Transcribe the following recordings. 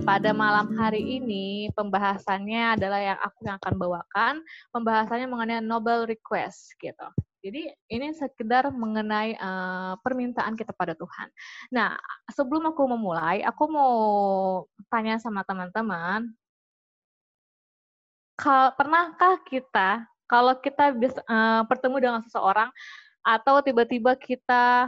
pada malam hari ini pembahasannya adalah yang akan bawakan, pembahasannya mengenai Noble Request gitu. Jadi ini sekedar mengenai permintaan kita pada Tuhan. Nah, sebelum aku memulai, aku mau tanya sama teman-teman, pernahkah kita, kalau kita bisa bertemu dengan seseorang, atau tiba-tiba kita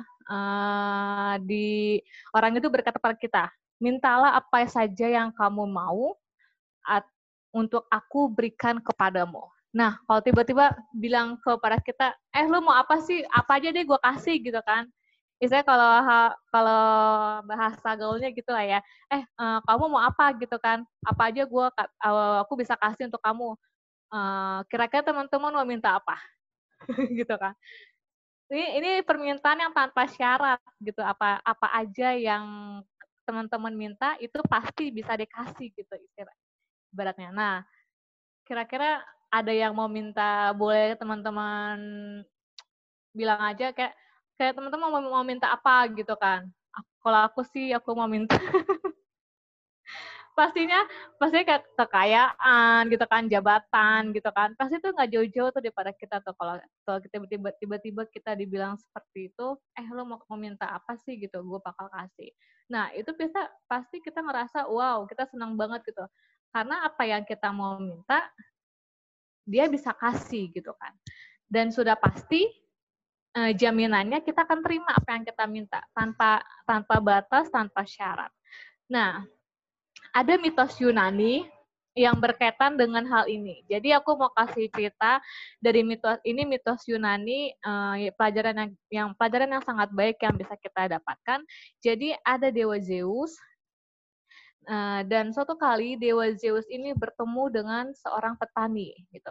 orang itu berkata pada kita, mintalah apa saja yang kamu mau untuk aku berikan kepadamu. Nah, kalau tiba-tiba bilang kepada kita, lu mau apa sih? Apa aja deh gue kasih gitu kan. Misalnya kalau bahasa gaulnya gitu lah ya, kamu mau apa gitu kan? Apa aja aku bisa kasih untuk kamu. Kira-kira teman-teman mau minta apa? Gitu kan. Ini permintaan yang tanpa syarat gitu. Apa aja yang teman-teman minta itu pasti bisa dikasih gitu ibaratnya. Nah, kira-kira ada yang mau minta, boleh teman-teman bilang aja kayak teman-teman mau minta apa gitu kan. Kalau aku sih aku mau minta pastinya kayak kekayaan gitu kan, jabatan gitu kan. Pasti tuh nggak jauh-jauh tuh daripada kita tuh kalau kita tiba-tiba kita dibilang seperti itu, lo mau minta apa sih gitu, gue bakal kasih. Nah, itu pasti kita ngerasa wow, kita senang banget gitu. Karena apa yang kita mau minta dia bisa kasih gitu kan. Dan sudah pasti jaminannya kita akan terima apa yang kita minta tanpa batas, tanpa syarat. Nah, ada mitos Yunani yang berkaitan dengan hal ini. Jadi aku mau kasih cerita dari mitos Yunani, pelajaran yang sangat baik yang bisa kita dapatkan. Jadi ada dewa Zeus, dan suatu kali dewa Zeus ini bertemu dengan seorang petani gitu.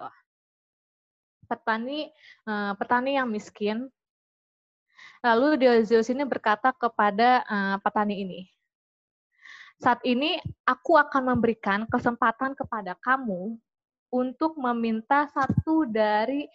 Petani yang miskin. Lalu dewa Zeus ini berkata kepada petani ini, saat ini aku akan memberikan kesempatan kepada kamu untuk meminta satu dari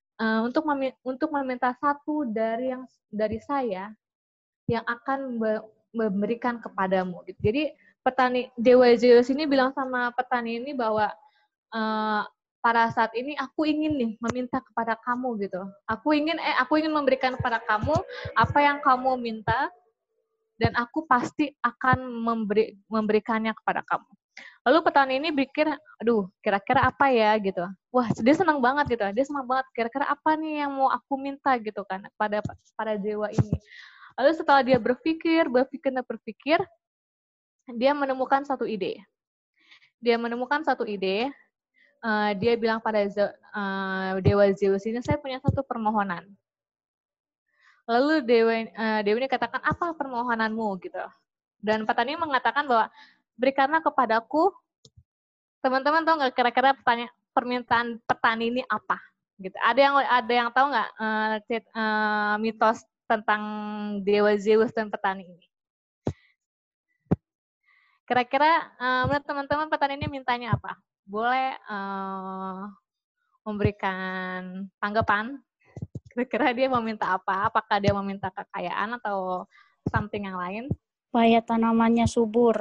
dari saya yang akan memberikan kepadamu. Jadi dewa Zeus ini bilang sama petani ini bahwa pada saat ini aku ingin nih meminta kepada kamu gitu. Aku ingin memberikan kepada kamu apa yang kamu minta, dan aku pasti akan memberikannya kepada kamu. Lalu petani ini pikir, aduh, kira-kira apa ya gitu. Wah, dia senang banget gitu. Dia senang banget, kira-kira apa nih yang mau aku minta gitu kan pada dewa ini. Lalu setelah dia berpikir, dia menemukan satu ide. Dia bilang pada dewa Zeus ini, saya punya satu permohonan. Lalu dewa ini katakan, apa permohonanmu gitu. Dan petani mengatakan bahwa berikanlah kepadaku. Teman-teman tahu nggak kira-kira permintaan petani ini apa? Gitu. Ada yang tahu nggak mitos tentang dewa Zeus dan petani ini? Kira-kira menurut teman-teman petani ini mintanya apa? Boleh memberikan tanggapan? Kira-kira dia mau minta apa? Apakah dia mau minta kekayaan atau something yang lain? Supaya tanamannya subur.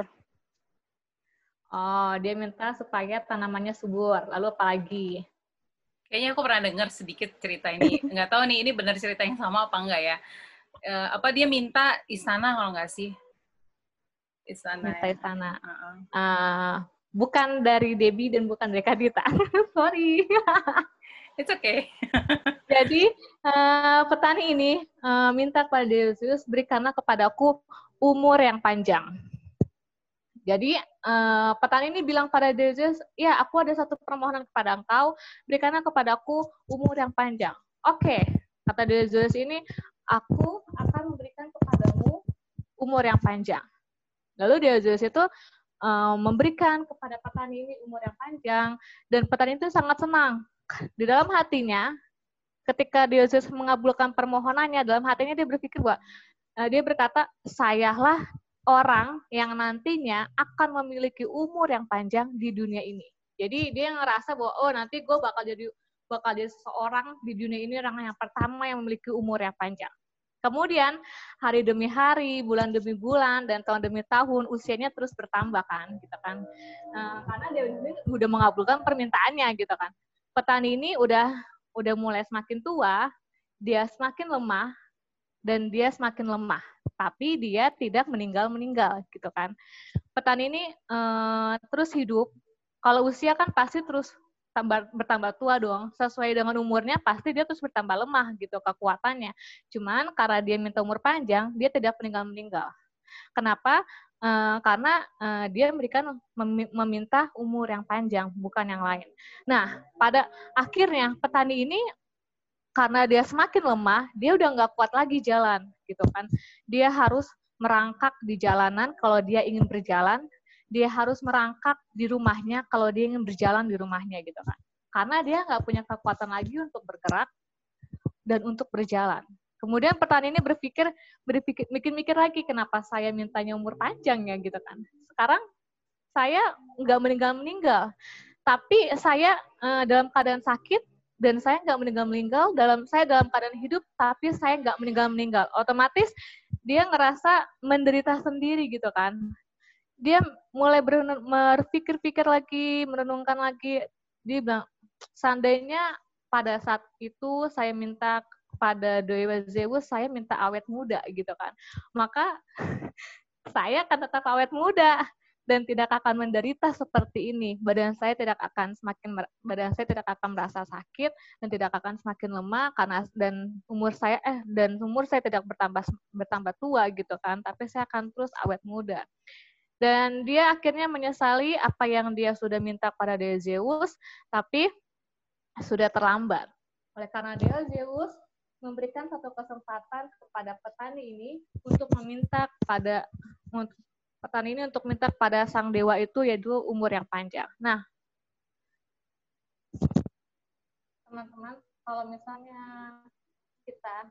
Oh, dia minta supaya tanamannya subur. Lalu apa lagi? Kayaknya aku pernah dengar sedikit cerita ini. Nggak tahu nih, ini benar cerita yang sama apa enggak ya. Apa dia minta istana kalau nggak sih? Minta istana. Bukan dari Debbie dan bukan dari Kadita. Sorry. It's okay. Jadi petani ini minta kepada Zeus, berikanlah kepadaku umur yang panjang. Jadi petani ini bilang pada Zeus, ya aku ada satu permohonan kepada engkau, berikanlah kepadaku umur yang panjang. Oke, kata Zeus ini, aku akan memberikan kepadamu umur yang panjang. Lalu Zeus itu memberikan kepada petani ini umur yang panjang, dan petani itu sangat senang. Di dalam hatinya, ketika Zeus mengabulkan permohonannya, dalam hatinya dia berpikir bahwa dia berkata, sayalah orang yang nantinya akan memiliki umur yang panjang di dunia ini. Jadi dia ngerasa bahwa nanti gue bakal jadi seseorang di dunia ini, orang yang pertama yang memiliki umur yang panjang. Kemudian hari demi hari, bulan demi bulan, dan tahun demi tahun, usianya terus bertambah kan, gitu kan. Karena dia udah mengabulkan permintaannya, gitu kan. Petani ini udah mulai semakin tua, dia semakin lemah, dan dia semakin lemah. Tapi dia tidak meninggal, gitu kan. Petani ini terus hidup. Kalau usia kan pasti terus bertambah tua dong. Sesuai dengan umurnya pasti dia terus bertambah lemah gitu kekuatannya. Cuman karena dia minta umur panjang, dia tidak meninggal. Kenapa? Karena dia meminta umur yang panjang, bukan yang lain. Nah, pada akhirnya petani ini karena dia semakin lemah, dia udah nggak kuat lagi jalan, gitu kan. Dia harus merangkak di jalanan kalau dia ingin berjalan, dia harus merangkak di rumahnya kalau dia ingin berjalan di rumahnya, gitu kan. Karena dia nggak punya kekuatan lagi untuk bergerak dan untuk berjalan. Kemudian petani ini mikir lagi, kenapa saya mintanya umur panjang ya, gitu kan. Sekarang saya nggak meninggal, tapi saya dalam keadaan sakit, dan saya nggak meninggal, saya dalam keadaan hidup, tapi saya nggak meninggal. Otomatis dia ngerasa menderita sendiri gitu kan. Dia mulai berpikir-pikir lagi, merenungkan lagi. Dia bilang, seandainya pada saat itu saya minta kepada Dewa Zeus, saya minta awet muda gitu kan. Maka saya akan tetap awet muda dan tidak akan menderita seperti ini. Badan saya tidak akan merasa sakit dan tidak akan semakin lemah dan umur saya tidak bertambah tua gitu kan, tapi saya akan terus awet muda. Dan dia akhirnya menyesali apa yang dia sudah minta pada Dewa Zeus, tapi sudah terlambat. Oleh karena Dewa Zeus memberikan satu kesempatan kepada petani ini untuk meminta kepada sang dewa itu, yaitu umur yang panjang. Nah, teman-teman, kalau misalnya kita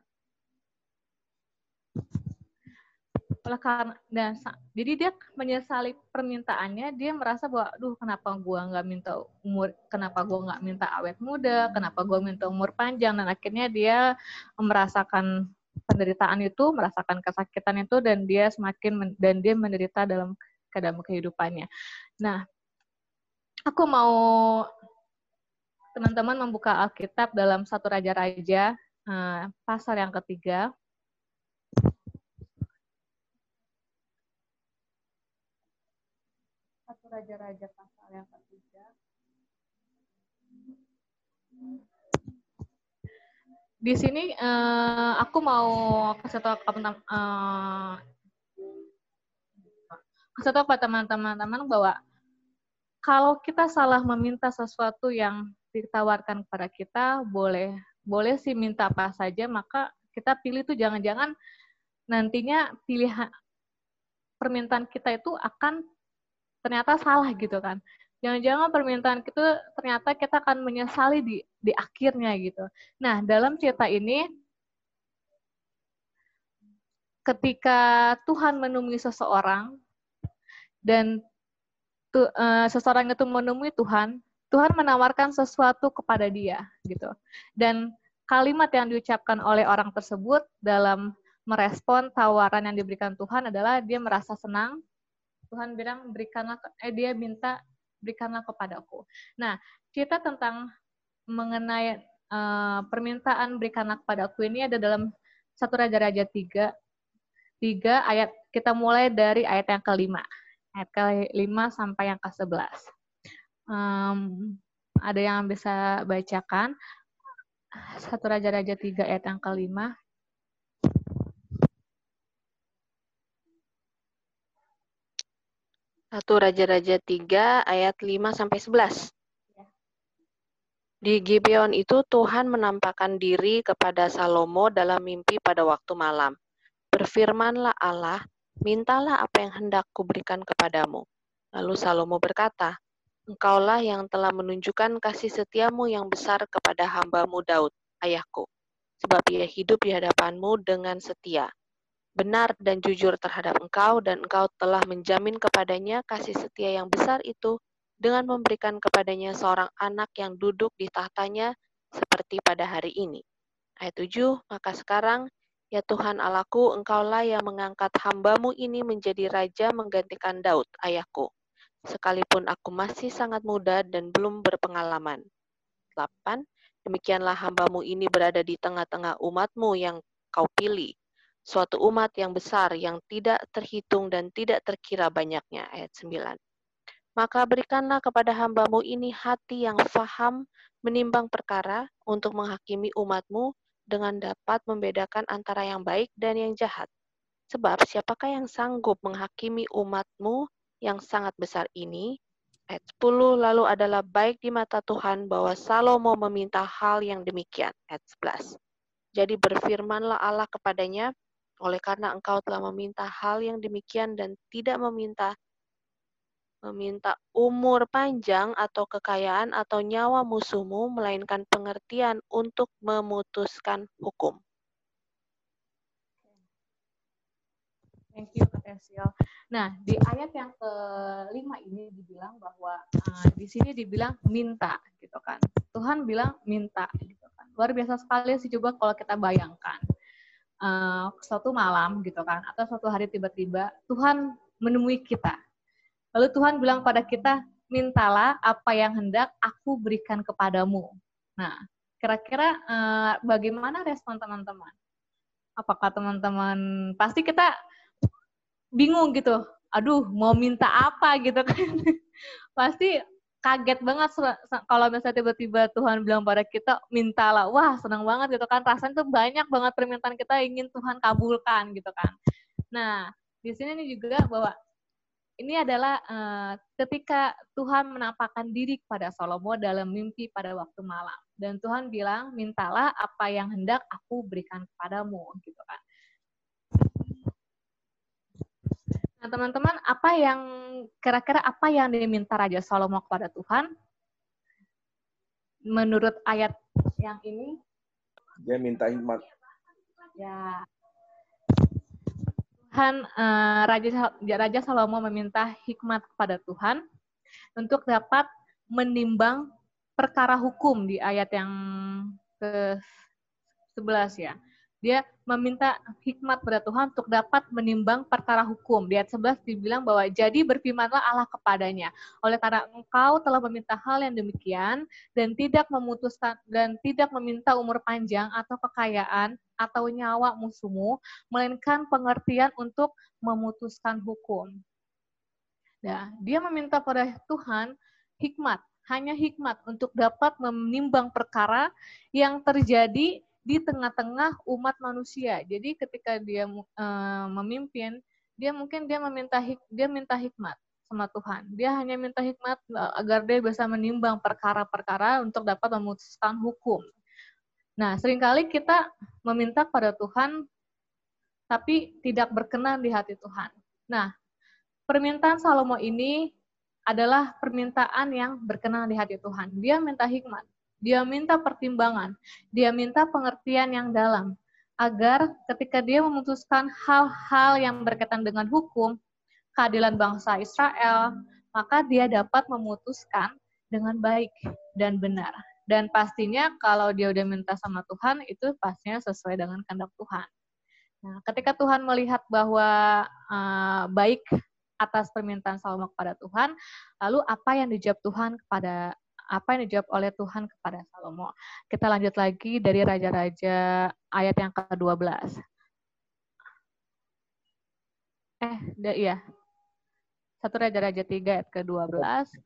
jadi dia menyesali permintaannya, dia merasa bahwa, kenapa gua nggak minta awet muda, kenapa gua minta umur panjang, dan akhirnya dia merasakan penderitaan itu, merasakan kesakitan itu, dan dia menderita dalam kehidupannya. Nah, aku mau teman-teman membuka Alkitab dalam 1 Raja-Raja pasal yang ketiga. 1 Raja-Raja pasal yang ketiga. Di sini aku mau kasih tahu kepada teman-teman bahwa kalau kita salah meminta sesuatu yang ditawarkan kepada kita, boleh sih minta apa saja, maka kita pilih tuh jangan-jangan nantinya pilihan permintaan kita itu akan ternyata salah gitu kan. Jangan-jangan permintaan kita ternyata kita akan menyesali di akhirnya gitu. Nah, dalam cerita ini, ketika Tuhan menemui seseorang, dan seseorang itu menemui Tuhan menawarkan sesuatu kepada dia gitu. Dan kalimat yang diucapkan oleh orang tersebut dalam merespon tawaran yang diberikan Tuhan adalah dia merasa senang. Tuhan bilang dia minta berikanlah kepadaku. Nah, cerita tentang mengenai permintaan berikanlah kepadaku ini ada dalam 1 Raja-Raja 3 ayat, kita mulai dari ayat yang ke-5. Ayat ke-5 sampai yang ke-11. Ada yang bisa bacakan 1 Raja-Raja 3 ayat yang ke-5. Satu Raja-Raja 3 ayat 5 sampai 11. Di Gibeon itu Tuhan menampakkan diri kepada Salomo dalam mimpi pada waktu malam. Berfirmanlah Allah, mintalah apa yang hendak kuberikan kepadamu. Lalu Salomo berkata, Engkaulah yang telah menunjukkan kasih setiamu yang besar kepada hamba-Mu Daud, ayahku, sebab ia hidup di hadapan-Mu dengan setia, benar dan jujur terhadap Engkau, dan Engkau telah menjamin kepadanya kasih setia yang besar itu dengan memberikan kepadanya seorang anak yang duduk di tahtanya seperti pada hari ini. Ayat 7, maka sekarang Ya Tuhan Allahku, Engkaulah yang mengangkat hamba-Mu ini menjadi raja menggantikan Daud, ayahku. Sekalipun aku masih sangat muda dan belum berpengalaman. 8. Demikianlah hamba-Mu ini berada di tengah-tengah umat-Mu yang Kau pilih. Suatu umat yang besar yang tidak terhitung dan tidak terkira banyaknya. Ayat 9. Maka berikanlah kepada hamba-Mu ini hati yang faham menimbang perkara untuk menghakimi umat-Mu dengan dapat membedakan antara yang baik dan yang jahat. Sebab siapakah yang sanggup menghakimi umat-Mu yang sangat besar ini? Ayat 10, lalu adalah baik di mata Tuhan bahwa Salomo meminta hal yang demikian. Ayat 11. Jadi berfirmanlah Allah kepadanya, oleh karena engkau telah meminta hal yang demikian dan tidak meminta umur panjang atau kekayaan atau nyawa musuhmu, melainkan pengertian untuk memutuskan hukum. Thank you, Kak Tesil. Nah, di ayat yang ke-5 ini dibilang bahwa di sini dibilang minta, gitu kan. Tuhan bilang minta, gitu kan. Luar biasa sekali sih, coba kalau kita bayangkan. Suatu malam, gitu kan, atau suatu hari tiba-tiba Tuhan menemui kita. Lalu Tuhan bilang pada kita, mintalah apa yang hendak aku berikan kepadamu. Nah, kira-kira bagaimana respon teman-teman? Apakah teman-teman, pasti kita bingung gitu, aduh mau minta apa gitu kan. Pasti kaget banget kalau misalnya tiba-tiba Tuhan bilang pada kita, mintalah. Wah, senang banget gitu kan, rasanya tuh banyak banget permintaan kita ingin Tuhan kabulkan gitu kan. Nah, di sini nih juga bahwa ini adalah ketika Tuhan menampakkan diri kepada Salomo dalam mimpi pada waktu malam. Dan Tuhan bilang, mintalah apa yang hendak aku berikan kepadamu. Gitu kan. Nah, teman-teman, kira-kira apa yang diminta Raja Salomo kepada Tuhan? Menurut ayat yang ini? Dia minta hikmat. Ya. Tuhan, Raja Salomo meminta hikmat kepada Tuhan untuk dapat menimbang perkara hukum di ayat yang ke-11 ya. Dia meminta hikmat pada Tuhan untuk dapat menimbang perkara hukum. Di ayat 11 dibilang bahwa jadi berfirmanlah Allah kepadanya, oleh karena engkau telah meminta hal yang demikian dan tidak memutuskan dan tidak meminta umur panjang atau kekayaan atau nyawa musuhmu, melainkan pengertian untuk memutuskan hukum. Nah, dia meminta pada Tuhan hikmat, hanya hikmat untuk dapat menimbang perkara yang terjadi di tengah-tengah umat manusia. Jadi ketika dia memimpin, dia minta hikmat sama Tuhan. Dia hanya minta hikmat agar dia bisa menimbang perkara-perkara untuk dapat memutuskan hukum. Nah, seringkali kita meminta pada Tuhan tapi tidak berkenan di hati Tuhan. Nah, permintaan Salomo ini adalah permintaan yang berkenan di hati Tuhan. Dia minta hikmat, dia minta pertimbangan, dia minta pengertian yang dalam, agar ketika dia memutuskan hal-hal yang berkaitan dengan hukum, keadilan bangsa Israel, maka dia dapat memutuskan dengan baik dan benar. Dan pastinya kalau dia udah minta sama Tuhan, itu pastinya sesuai dengan kehendak Tuhan. Nah, ketika Tuhan melihat bahwa baik atas permintaan Salomo kepada Tuhan, lalu apa yang dijawab oleh Tuhan kepada Salomo? Kita lanjut lagi dari Raja-Raja ayat yang ke-12. Iya. 1 Raja-Raja 3 ayat ke-12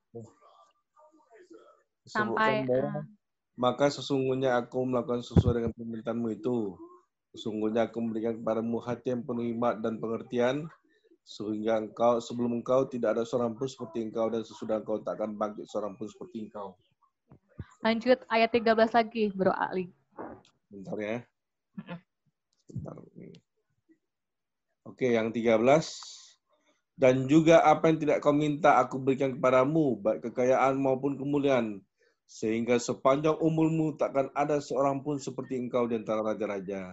sampai maka sesungguhnya aku melakukan sesuai dengan permintaanmu itu. Sesungguhnya aku memberikan kepadamu hati yang penuh hikmat dan pengertian, sehingga sebelum engkau tidak ada seorang pun seperti engkau, dan sesudah engkau tak akan bangkit seorang pun seperti engkau. Lanjut ayat 13 lagi, Bro Ali. Bentar ya. Bentar. Oke, yang 13. Dan juga apa yang tidak kau minta aku berikan kepadamu, baik kekayaan maupun kemuliaan, sehingga sepanjang umurmu takkan ada seorang pun seperti engkau di antara raja-raja.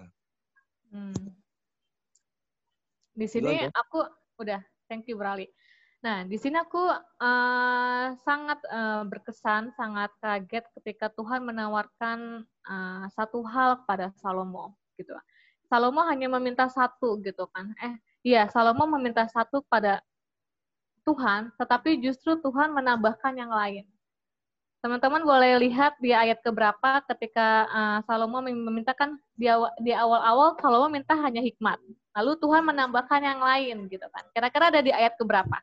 Di sini aku udah, thank you Bro Ali. Nah, di sini aku sangat berkesan, sangat kaget ketika Tuhan menawarkan satu hal kepada Salomo, gitu. Salomo hanya meminta satu gitu kan. Iya, Salomo meminta satu pada Tuhan, tetapi justru Tuhan menambahkan yang lain. Teman-teman boleh lihat di ayat keberapa ketika Salomo memintakan di awal-awal Salomo minta hanya hikmat. Lalu Tuhan menambahkan yang lain gitu kan. Kira-kira ada di ayat keberapa?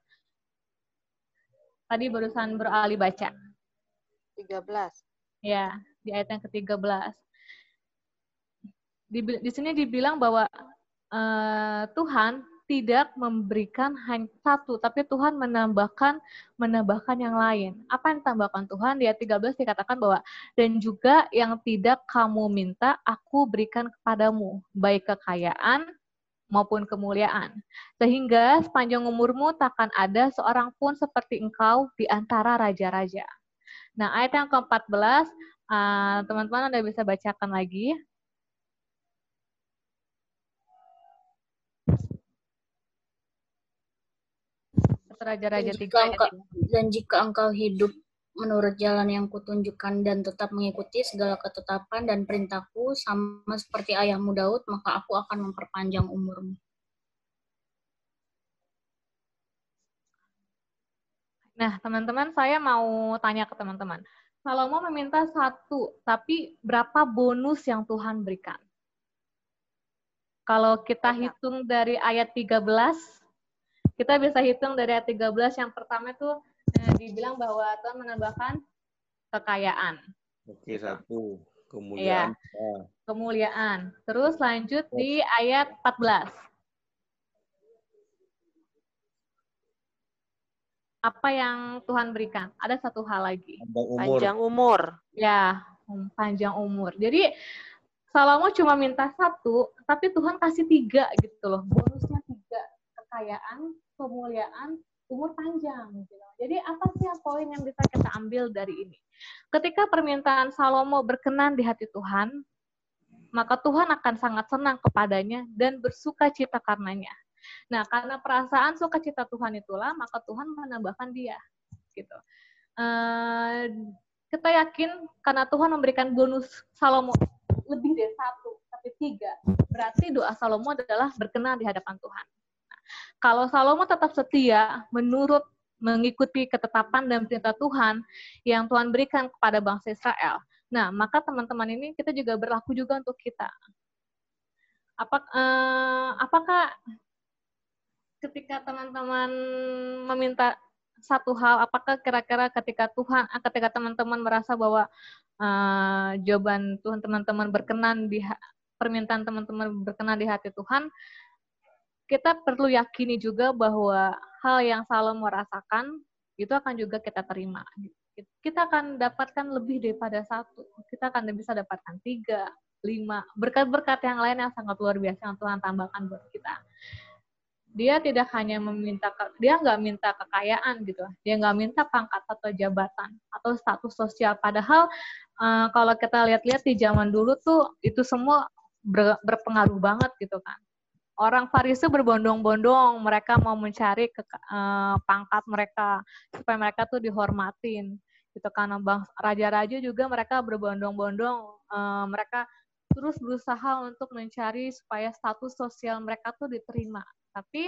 Tadi barusan berali baca. 13. Ya, di ayat yang ke-13. Di sini dibilang bahwa Tuhan tidak memberikan hanya satu, tapi Tuhan menambahkan yang lain. Apa yang ditambahkan Tuhan? Di ayat 13 dikatakan bahwa, dan juga yang tidak kamu minta, aku berikan kepadamu, baik kekayaan maupun kemuliaan. Sehingga sepanjang umurmu takkan ada seorang pun seperti engkau di antara raja-raja. Nah, ayat yang ke-14, teman-teman Anda bisa bacakan lagi. Raja-raja 3 dan jika engkau hidup menurut jalan yang kutunjukkan dan tetap mengikuti segala ketetapan dan perintahku sama seperti ayahmu Daud, maka aku akan memperpanjang umurmu. Nah, teman-teman, saya mau tanya ke teman-teman. Salomo meminta satu, tapi berapa bonus yang Tuhan berikan? Kalau kita hitung dari ayat 13, kita bisa hitung dari ayat 13 yang pertama itu dibilang bahwa Tuhan menambahkan kekayaan. Oke, satu. Ya, Kemuliaan. kemuliaan. Terus lanjut di ayat 14. Apa yang Tuhan berikan? Ada satu hal lagi. Panjang umur. Ya, panjang umur. Jadi Salomo cuma minta satu, tapi Tuhan kasih 3 gitu loh. Bonusnya 3. Kekayaan, kemuliaan, umur panjang. Gitu. Jadi apa sih poin yang bisa kita ambil dari ini? Ketika permintaan Salomo berkenan di hati Tuhan, maka Tuhan akan sangat senang kepadanya dan bersuka cita karenanya. Nah, karena perasaan sukacita Tuhan itulah, maka Tuhan menambahkan dia. Gitu. Kita yakin karena Tuhan memberikan bonus Salomo lebih dari 1, tapi 3. Berarti doa Salomo adalah berkenan di hadapan Tuhan. Nah, kalau Salomo tetap setia menurut mengikuti ketetapan dan perintah Tuhan yang Tuhan berikan kepada bangsa Israel, nah maka teman-teman ini kita juga berlaku juga untuk kita. Apakah ketika teman-teman meminta satu hal, apakah kira-kira ketika teman-teman merasa bahwa jawaban Tuhan teman-teman berkenan permintaan teman-teman berkenan di hati Tuhan, kita perlu yakini juga bahwa hal yang Salomo rasakan itu akan juga kita terima. Kita akan dapatkan lebih daripada 1. Kita akan bisa dapatkan 3, 5 berkat-berkat yang lain yang sangat luar biasa yang Tuhan tambahkan buat kita. Dia tidak hanya dia nggak minta kekayaan gitu, dia nggak minta pangkat atau jabatan atau status sosial. Padahal kalau kita lihat-lihat di zaman dulu tuh itu semua berpengaruh banget gitu kan. Orang Farisi berbondong-bondong, mereka mau mencari pangkat mereka supaya mereka tuh dihormatin. Gitu karena raja-raja juga mereka berbondong-bondong, mereka terus berusaha untuk mencari supaya status sosial mereka tuh diterima. Tapi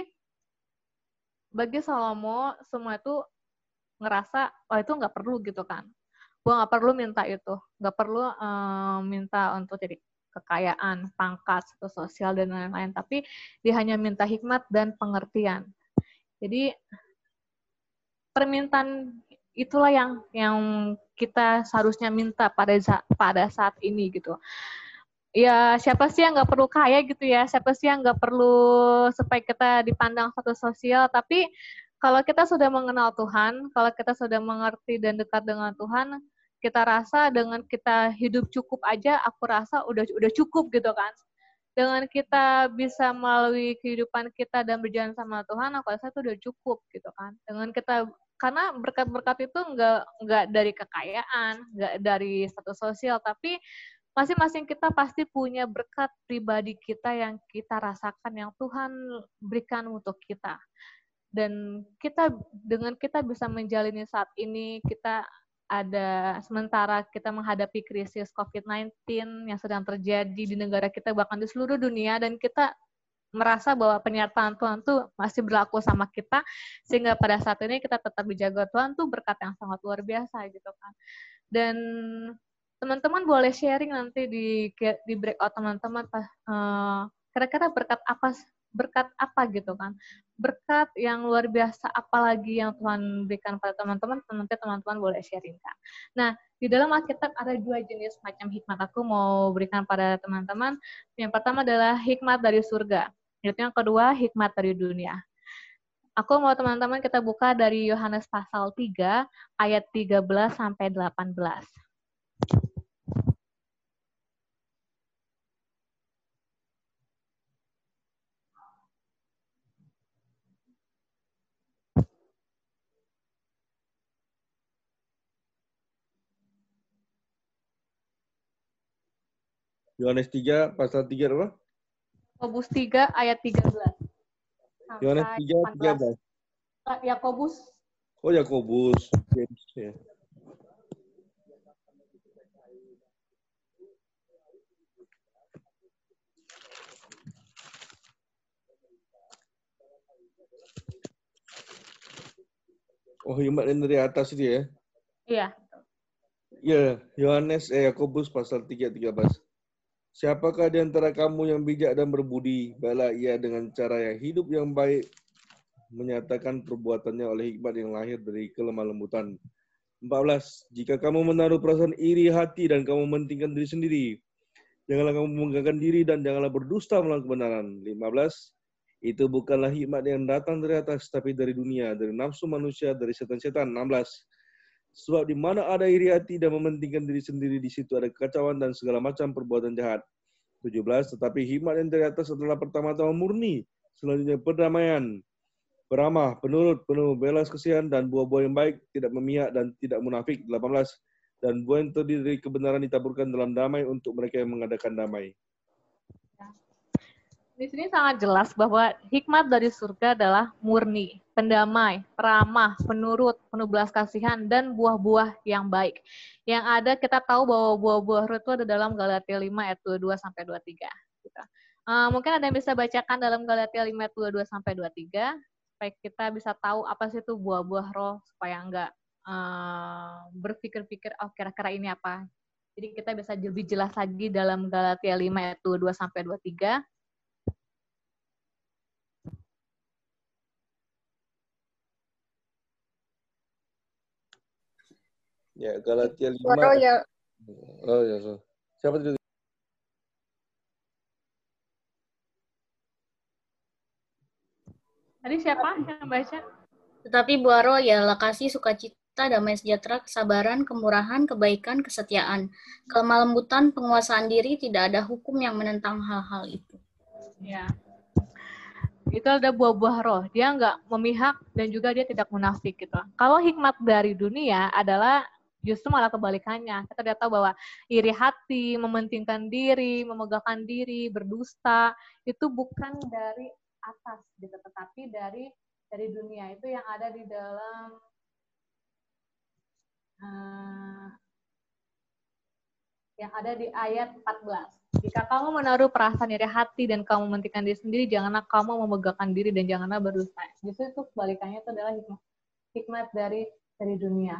bagi Salomo semua itu ngerasa itu nggak perlu gitu kan. Gue nggak perlu minta itu, nggak perlu minta untuk jadi kekayaan, pangkat, status sosial, dan lain-lain. Tapi dia hanya minta hikmat dan pengertian. Jadi permintaan itulah yang kita seharusnya minta pada saat ini gitu. Ya siapa sih yang nggak perlu kaya gitu ya? Siapa sih yang nggak perlu supaya kita dipandang status sosial? Tapi kalau kita sudah mengenal Tuhan, kalau kita sudah mengerti dan dekat dengan Tuhan, kita rasa dengan kita hidup cukup aja, aku rasa udah cukup gitu kan. Dengan kita bisa melalui kehidupan kita dan berjalan sama Tuhan, aku rasa itu udah cukup gitu kan. Dengan kita, karena berkat-berkat itu nggak dari kekayaan, nggak dari status sosial, tapi masing-masing kita pasti punya berkat pribadi kita yang kita rasakan, yang Tuhan berikan untuk kita. Dan dengan kita bisa menjalani saat ini, kita sementara kita menghadapi krisis COVID-19 yang sedang terjadi di negara kita, bahkan di seluruh dunia, dan kita merasa bahwa penyertaan Tuhan tuh masih berlaku sama kita, sehingga pada saat ini kita tetap dijaga Tuhan tuh berkat yang sangat luar biasa gitu kan. Dan teman-teman boleh sharing nanti di breakout teman-teman, kira-kira berkat apa gitu kan, berkat yang luar biasa apalagi yang Tuhan berikan pada teman-teman, nanti teman-teman boleh sharing kan. Nah, di dalam Alkitab ada 2 jenis macam hikmat aku mau berikan pada teman-teman. Yang pertama adalah hikmat dari surga, itu yang kedua hikmat dari dunia. Aku mau teman-teman kita buka dari Yohanes pasal 3 ayat 13 sampai 18. Yohanes 3, pasal 3 apa? Yakobus 3 ayat 13. Yohanes Sampai 3, 13. Yakobus. Oh, Yakobus. Ya. Oh, hikmat yang dari atas itu ya? Iya. Ya, Yakobus pasal 3, 13. Siapakah di antara kamu yang bijak dan berbudi? Baiklah ia dengan cara yang hidup yang baik menyatakan perbuatannya oleh hikmat yang lahir dari kelemah lembutan. 14. Jika kamu menaruh perasaan iri hati dan kamu mementingkan diri sendiri, janganlah kamu membanggakan diri dan janganlah berdusta melawan kebenaran. 15. Itu bukanlah hikmat yang datang dari atas, tapi dari dunia, dari nafsu manusia, dari setan-setan. 16. Sebab di mana ada iri hati dan mementingkan diri sendiri, di situ ada kekacauan dan segala macam perbuatan jahat. 17. Tetapi hikmat yang dari atas adalah pertama-tama murni, selanjutnya perdamaian, beramah, penurut, penuh belas kasihan, dan buah-buah yang baik, tidak memihak dan tidak munafik. 18. Dan buah yang terdiri dari kebenaran ditaburkan dalam damai untuk mereka yang mengadakan damai. Di sini sangat jelas bahwa hikmat dari surga adalah murni, pendamai, peramah, penurut, penuh belas kasihan, dan buah-buah yang baik. Yang ada kita tahu bahwa buah-buah roh itu ada dalam Galatia 5 ayat 22 sampai 23. Gitu. Mungkin ada yang bisa bacakan dalam Galatia 5 ayat 22 sampai 23 supaya kita bisa tahu apa sih itu buah-buah roh, supaya enggak berpikir-pikir kira-kira ini apa. Jadi kita bisa lebih jelas lagi dalam Galatia 5 ayat 22 sampai 23. Ya, Galatia 5. Waro ya. Oh ya, so. Siapa itu? Tadi siapa yang baca? Tetapi Buaro ialah kasih, sukacita, damai sejahtera, kesabaran, kemurahan, kebaikan, kesetiaan, kelemah lembutan, penguasaan diri, tidak ada hukum yang menentang hal-hal itu. Ya. Itu ada buah-buah roh. Dia nggak memihak dan juga dia tidak munafik gitu. Kalau hikmat dari dunia adalah justru malah kebalikannya. Kita lihat tahu bahwa iri hati, mementingkan diri, memegahkan diri, berdusta, itu bukan dari atas gitu, tetapi dari dunia. Itu yang ada di dalam yang ada di ayat 14. Jika kamu menaruh perasaan iri hati dan kamu mementingkan diri sendiri, janganlah kamu memegahkan diri dan janganlah berdusta. Justru itu kebalikannya itu adalah hikmat dari dunia.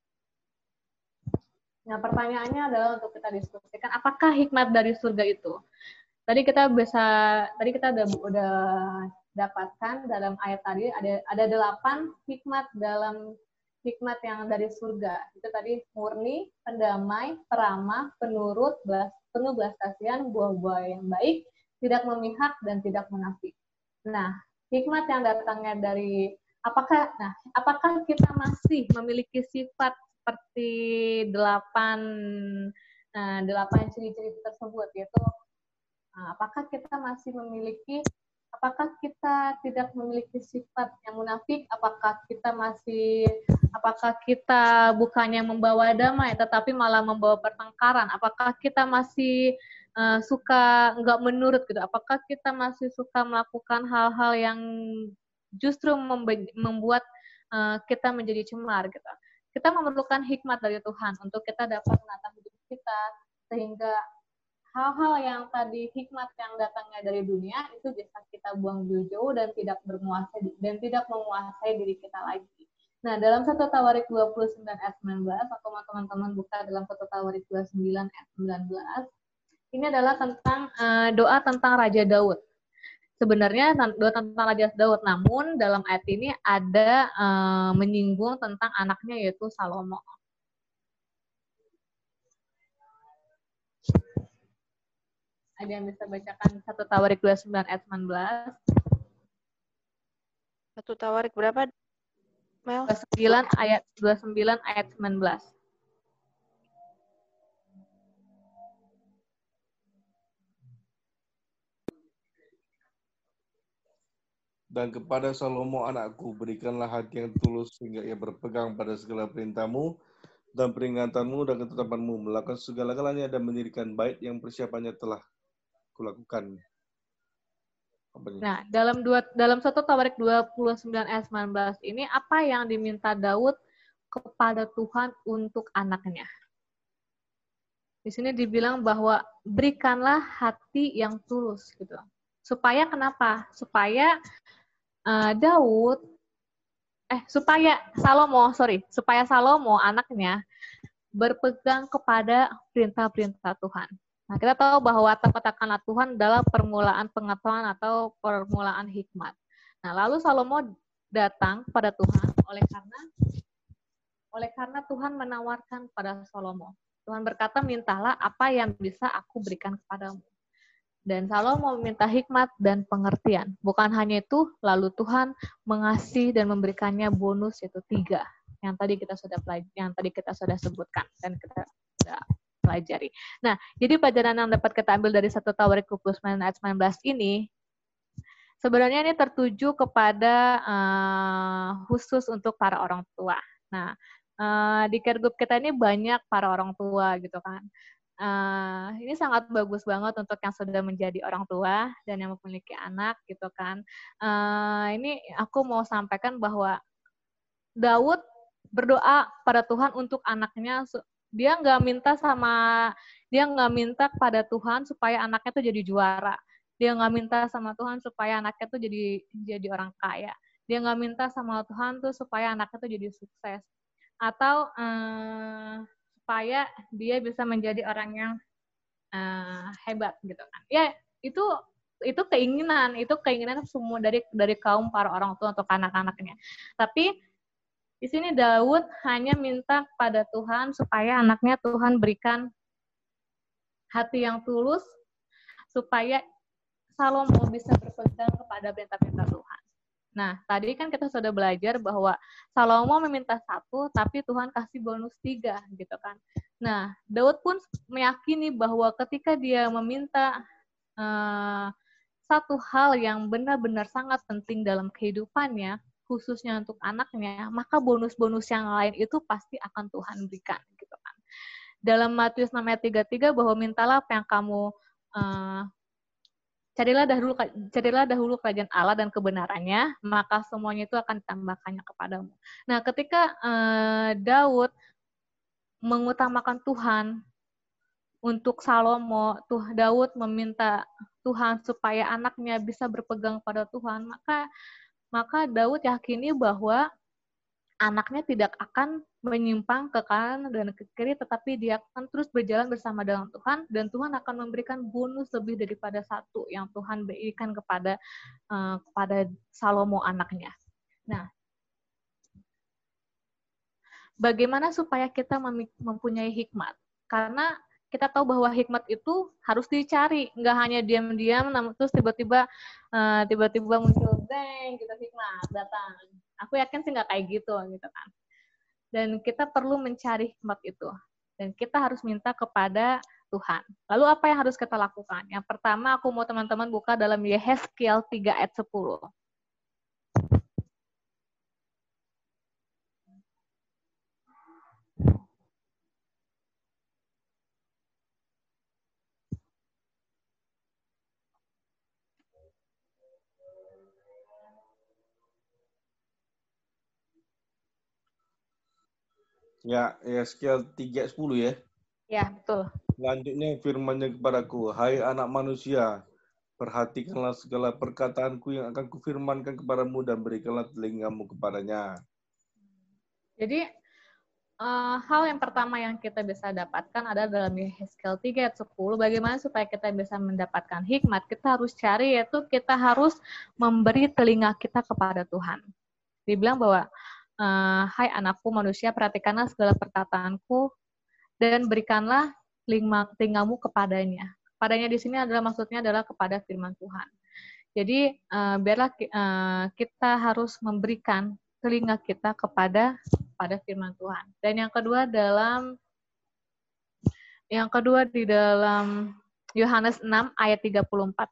Nah, pertanyaannya adalah untuk kita diskusikan, apakah hikmat dari surga itu? Tadi kita udah dapatkan dalam ayat tadi ada 8 hikmat dalam hikmat yang dari surga. Itu tadi murni, pendamai, peramah, penurut, penuh belas kasihan, buah-buah yang baik, tidak memihak dan tidak munafik. Nah, hikmat yang datangnya dari apakah kita masih memiliki sifat seperti 8 ciri-ciri tersebut, yaitu apakah kita tidak memiliki sifat yang munafik, apakah kita bukannya membawa damai tetapi malah membawa pertengkaran, apakah kita masih suka nggak menurut gitu, apakah kita masih suka melakukan hal-hal yang justru membuat kita menjadi cemar gitu. kita memerlukan hikmat dari Tuhan untuk kita dapat menata hidup kita, sehingga hal-hal yang tadi hikmat yang datangnya dari dunia itu bisa kita buang jauh-jauh dan tidak menguasai diri kita lagi. Nah, dalam 1 Tawarik 29 ayat 19, aku mau teman-teman buka dalam 1 Tawarik 29 ayat 19. Ini adalah tentang doa tentang Raja Daud. Sebenarnya doa tentang Raja Daud, namun dalam ayat ini ada menyinggung tentang anaknya yaitu Salomo. Ada yang bisa bacakan 1 Tawarik 29 ayat 19? 1 Tawarik berapa, Mel? 29 ayat 19. Dan kepada Salomo anakku, berikanlah hati yang tulus sehingga ia berpegang pada segala perintahmu dan peringatanmu dan ketetapanmu, melakukan segala-galanya dan mendirikan bait yang persiapannya telah kulakukan. Nah, dalam 1 Tawarik 29 ayat 19 ini apa yang diminta Daud kepada Tuhan untuk anaknya? Di sini dibilang bahwa berikanlah hati yang tulus gitu. Supaya kenapa? Supaya supaya Salomo anaknya berpegang kepada perintah-perintah Tuhan. Nah, kita tahu bahwa kata-kata Tuhan adalah permulaan pengetahuan atau permulaan hikmat. Nah, lalu Salomo datang kepada Tuhan oleh karena Tuhan menawarkan pada Salomo. Tuhan berkata, mintalah apa yang bisa aku berikan kepadamu. Dan Salomo meminta hikmat dan pengertian. Bukan hanya itu, lalu Tuhan mengasihi dan memberikannya bonus yaitu 3 yang tadi kita sudah sebutkan dan kita sudah pelajari. Nah, jadi pelajaran yang dapat kita ambil dari 1 Tawarik 29 ayat 19 ini sebenarnya ini tertuju kepada khusus untuk para orang tua. Nah, di care group kita ini banyak para orang tua gitu kan. Ini sangat bagus banget untuk yang sudah menjadi orang tua dan yang memiliki anak gitu kan. Ini aku mau sampaikan bahwa Daud berdoa pada Tuhan untuk anaknya. Dia nggak minta pada Tuhan supaya anaknya tuh jadi juara. Dia nggak minta sama Tuhan supaya anaknya tuh jadi orang kaya. Dia nggak minta sama Tuhan tuh supaya anaknya tuh jadi sukses. Atau supaya dia bisa menjadi orang yang hebat gitu kan. Ya, itu keinginan semua dari kaum para orang tua untuk anak-anaknya. Tapi di sini Daud hanya minta pada Tuhan supaya anaknya Tuhan berikan hati yang tulus supaya Salomo bisa berpegang kepada perintah-perintah Tuhan. Nah, tadi kan kita sudah belajar bahwa Salomo meminta 1, tapi Tuhan kasih bonus 3, gitu kan. Nah, Daud pun meyakini bahwa ketika dia meminta satu hal yang benar-benar sangat penting dalam kehidupannya, khususnya untuk anaknya, maka bonus-bonus yang lain itu pasti akan Tuhan berikan, gitu kan. Dalam Matius 6 ayat 33 bahwa mintalah apa yang kamu carilah dahulu kerajaan Allah dan kebenarannya, maka semuanya itu akan ditambahkannya kepadamu. Nah, ketika Daud mengutamakan Tuhan untuk Salomo, Daud meminta Tuhan supaya anaknya bisa berpegang pada Tuhan, maka Daud yakini bahwa anaknya tidak akan menyimpang ke kanan dan ke kiri, tetapi dia akan terus berjalan bersama dengan Tuhan, dan Tuhan akan memberikan bonus lebih daripada 1 yang Tuhan berikan kepada Salomo anaknya. Nah, bagaimana supaya kita mempunyai hikmat? Karena kita tahu bahwa hikmat itu harus dicari, nggak hanya diam-diam, terus tiba-tiba muncul bang gitu hikmat datang. Aku yakin sih nggak kayak gitu kan. Dan kita perlu mencari hikmat itu. Dan kita harus minta kepada Tuhan. Lalu apa yang harus kita lakukan? Yang pertama, aku mau teman-teman buka dalam Yehezkiel 3 ayat 10. Ya, Yeskel 3:10 ya. Ya, betul. Selanjutnya firman-Nya kepadaku, hai anak manusia, perhatikanlah segala perkataanku yang akan kufirmankan kepadamu dan berikanlah telingamu kepadanya. Jadi hal yang pertama yang kita bisa dapatkan ada dalam Yehezkiel 3 ayat 10, bagaimana supaya kita bisa mendapatkan hikmat, kita harus cari, yaitu kita harus memberi telinga kita kepada Tuhan. Dibilang bahwa, hai anakku manusia, perhatikanlah segala perkataanku dan berikanlah telingamu kepadanya. Kepadanya di sini adalah maksudnya adalah kepada firman Tuhan. Jadi biarlah kita harus memberikan telinga kita kepada firman Tuhan. Dan yang kedua di dalam Yohanes 6 ayat 34.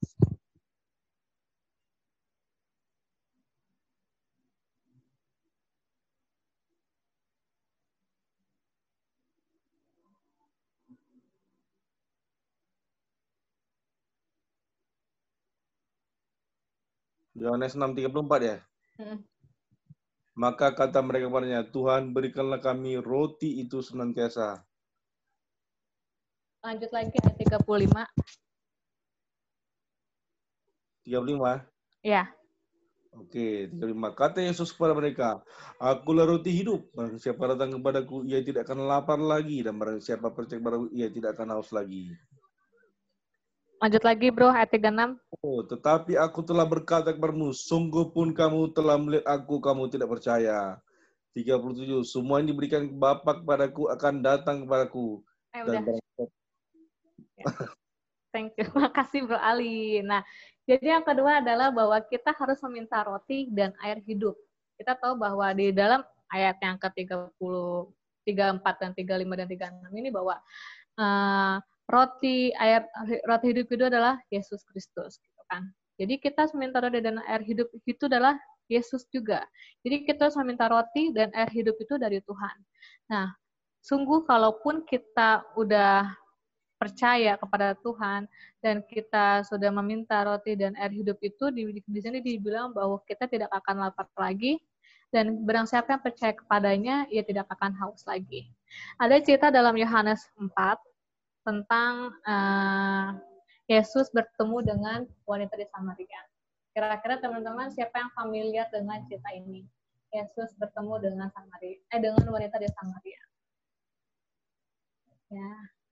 Yohanes 6:34 ya. Maka kata mereka kepadanya, Tuhan berikanlah kami roti itu senantiasa. Lanjut lagi ayat 35. 35. Ya. Oke, 35. Kata Yesus kepada mereka, Akulah roti hidup. Barang siapa datang kepadaku, ia tidak akan lapar lagi. Dan barang siapa percaya kepadaku, ia tidak akan haus lagi. Lanjut lagi bro, ayat 36. Oh, tetapi aku telah berkata kepadamu, sungguh pun kamu telah melihat aku, kamu tidak percaya. 37. Semua yang diberikan Bapa kepadaku akan datang kepadaku. Dan Udah. Thank you. Makasih Bro Ali. Nah, jadi yang kedua adalah bahwa kita harus meminta roti dan air hidup. Kita tahu bahwa di dalam ayat yang ke-30, 34 dan 35 dan 36 ini bahwa roti hidup itu adalah Yesus Kristus, gitu kan. Jadi kita meminta roti dan air hidup itu adalah Yesus juga. Jadi kita harus meminta roti dan air hidup itu dari Tuhan. Nah, sungguh kalaupun kita udah percaya kepada Tuhan dan kita sudah meminta roti dan air hidup itu, di sini dibilang bahwa kita tidak akan lapar lagi, dan barang siapa yang percaya kepadanya, ia tidak akan haus lagi. Ada cerita dalam Yohanes 4 tentang Yesus bertemu dengan wanita di Samaria. Kira-kira teman-teman siapa yang familiar dengan cerita ini? Yesus bertemu dengan dengan wanita di Samaria. Ya.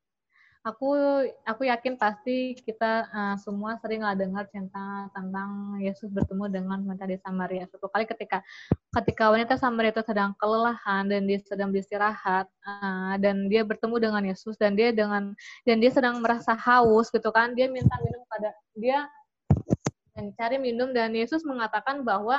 Aku yakin pasti kita semua seringlah dengar cerita tentang Yesus bertemu dengan wanita di Samaria. Suatu kali ketika wanita Samaria itu sedang kelelahan dan dia sedang beristirahat, dan dia bertemu dengan Yesus dan dia sedang merasa haus gitu kan, dia minta minum dia mencari minum, dan Yesus mengatakan bahwa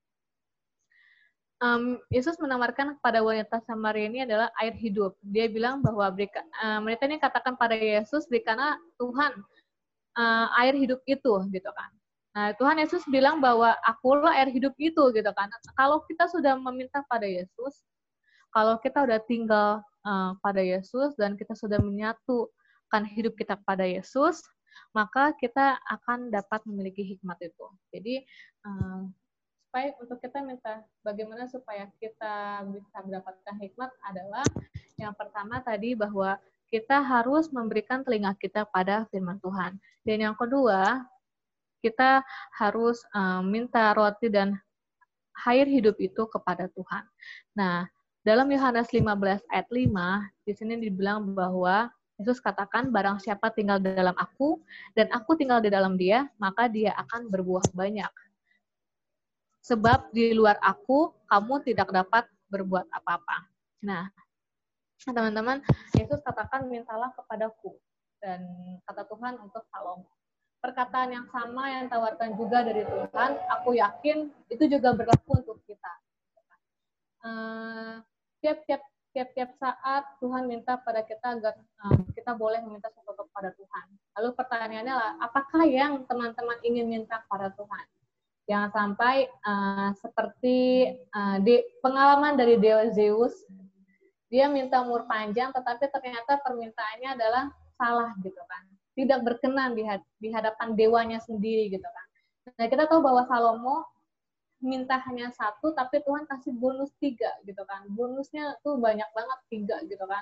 Yesus menawarkan kepada wanita Samaria ini adalah air hidup. Dia bilang bahwa mereka ini katakan pada Yesus, berikanlah Tuhan air hidup itu, gitu kan. Nah, Tuhan Yesus bilang bahwa akulah air hidup itu, gitu kan. Kalau kita sudah meminta pada Yesus, kalau kita udah tinggal pada Yesus dan kita sudah menyatukan hidup kita pada Yesus, maka kita akan dapat memiliki hikmat itu. Jadi untuk kita minta bagaimana supaya kita bisa mendapatkan hikmat adalah yang pertama tadi bahwa kita harus memberikan telinga kita pada firman Tuhan. Dan yang kedua, kita harus minta roti dan air hidup itu kepada Tuhan. Nah, dalam Yohanes 15 ayat 5, di sini dibilang bahwa Yesus katakan, barang siapa tinggal di dalam aku dan aku tinggal di dalam dia, maka dia akan berbuah banyak. Sebab di luar aku, kamu tidak dapat berbuat apa-apa. Nah, teman-teman, Yesus katakan, mintalah kepadaku. Dan kata Tuhan untuk Salomo. Perkataan yang sama yang tawarkan juga dari Tuhan, aku yakin itu juga berlaku untuk kita. Tiap-tiap saat Tuhan minta pada kita agar kita boleh meminta sesuatu kepada Tuhan. Lalu pertanyaannya adalah, apakah yang teman-teman ingin minta kepada Tuhan? Jangan sampai seperti pengalaman dari Dewa Zeus, dia minta umur panjang, tetapi ternyata permintaannya adalah salah gitu kan, tidak berkenan di hadapan dewanya sendiri gitu kan. Nah, kita tahu bahwa Salomo minta hanya 1, tapi Tuhan kasih bonus 3 gitu kan. Bonusnya tuh banyak banget 3 gitu kan.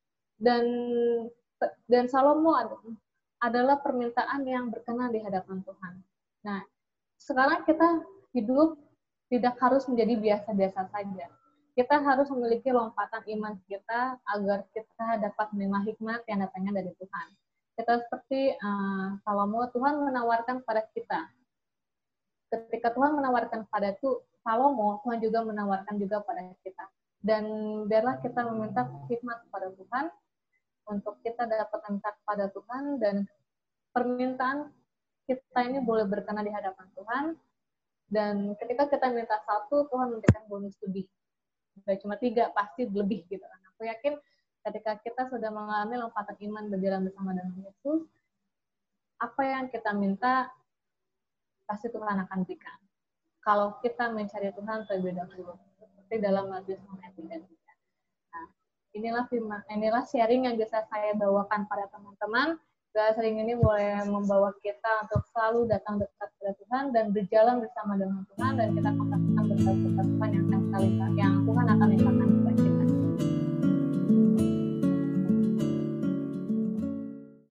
Dan Salomo adalah permintaan yang berkenan di hadapan Tuhan. Nah, sekarang kita hidup tidak harus menjadi biasa-biasa saja. Kita harus memiliki lompatan iman kita agar kita dapat menerima hikmat yang datangnya dari Tuhan. Kita seperti Salomo, Tuhan menawarkan pada kita. Ketika Tuhan menawarkan pada Salomo, Tuhan juga menawarkan juga pada kita. Dan biarlah kita meminta hikmat kepada Tuhan, untuk kita dapat minta kepada Tuhan, dan permintaan kita ini boleh berkenan di hadapan Tuhan. Dan ketika kita minta 1, Tuhan memberikan bonus lebih. Bukan cuma 3, pasti lebih gitu kan. Aku yakin ketika kita sudah mengalami lompatan iman berjalan bersama dengan Yesus, apa yang kita minta pasti Tuhan akan berikan. Kalau kita mencari Tuhan terlebih dahulu, seperti dalam Matius 6:3. Nah, inilah sharing yang bisa saya bawakan pada teman-teman. Sharing ini boleh membawa kita untuk selalu datang dekat kepada Tuhan dan berjalan bersama dengan Tuhan, dan kita akan mendapatkan berkat-berkat Tuhan yang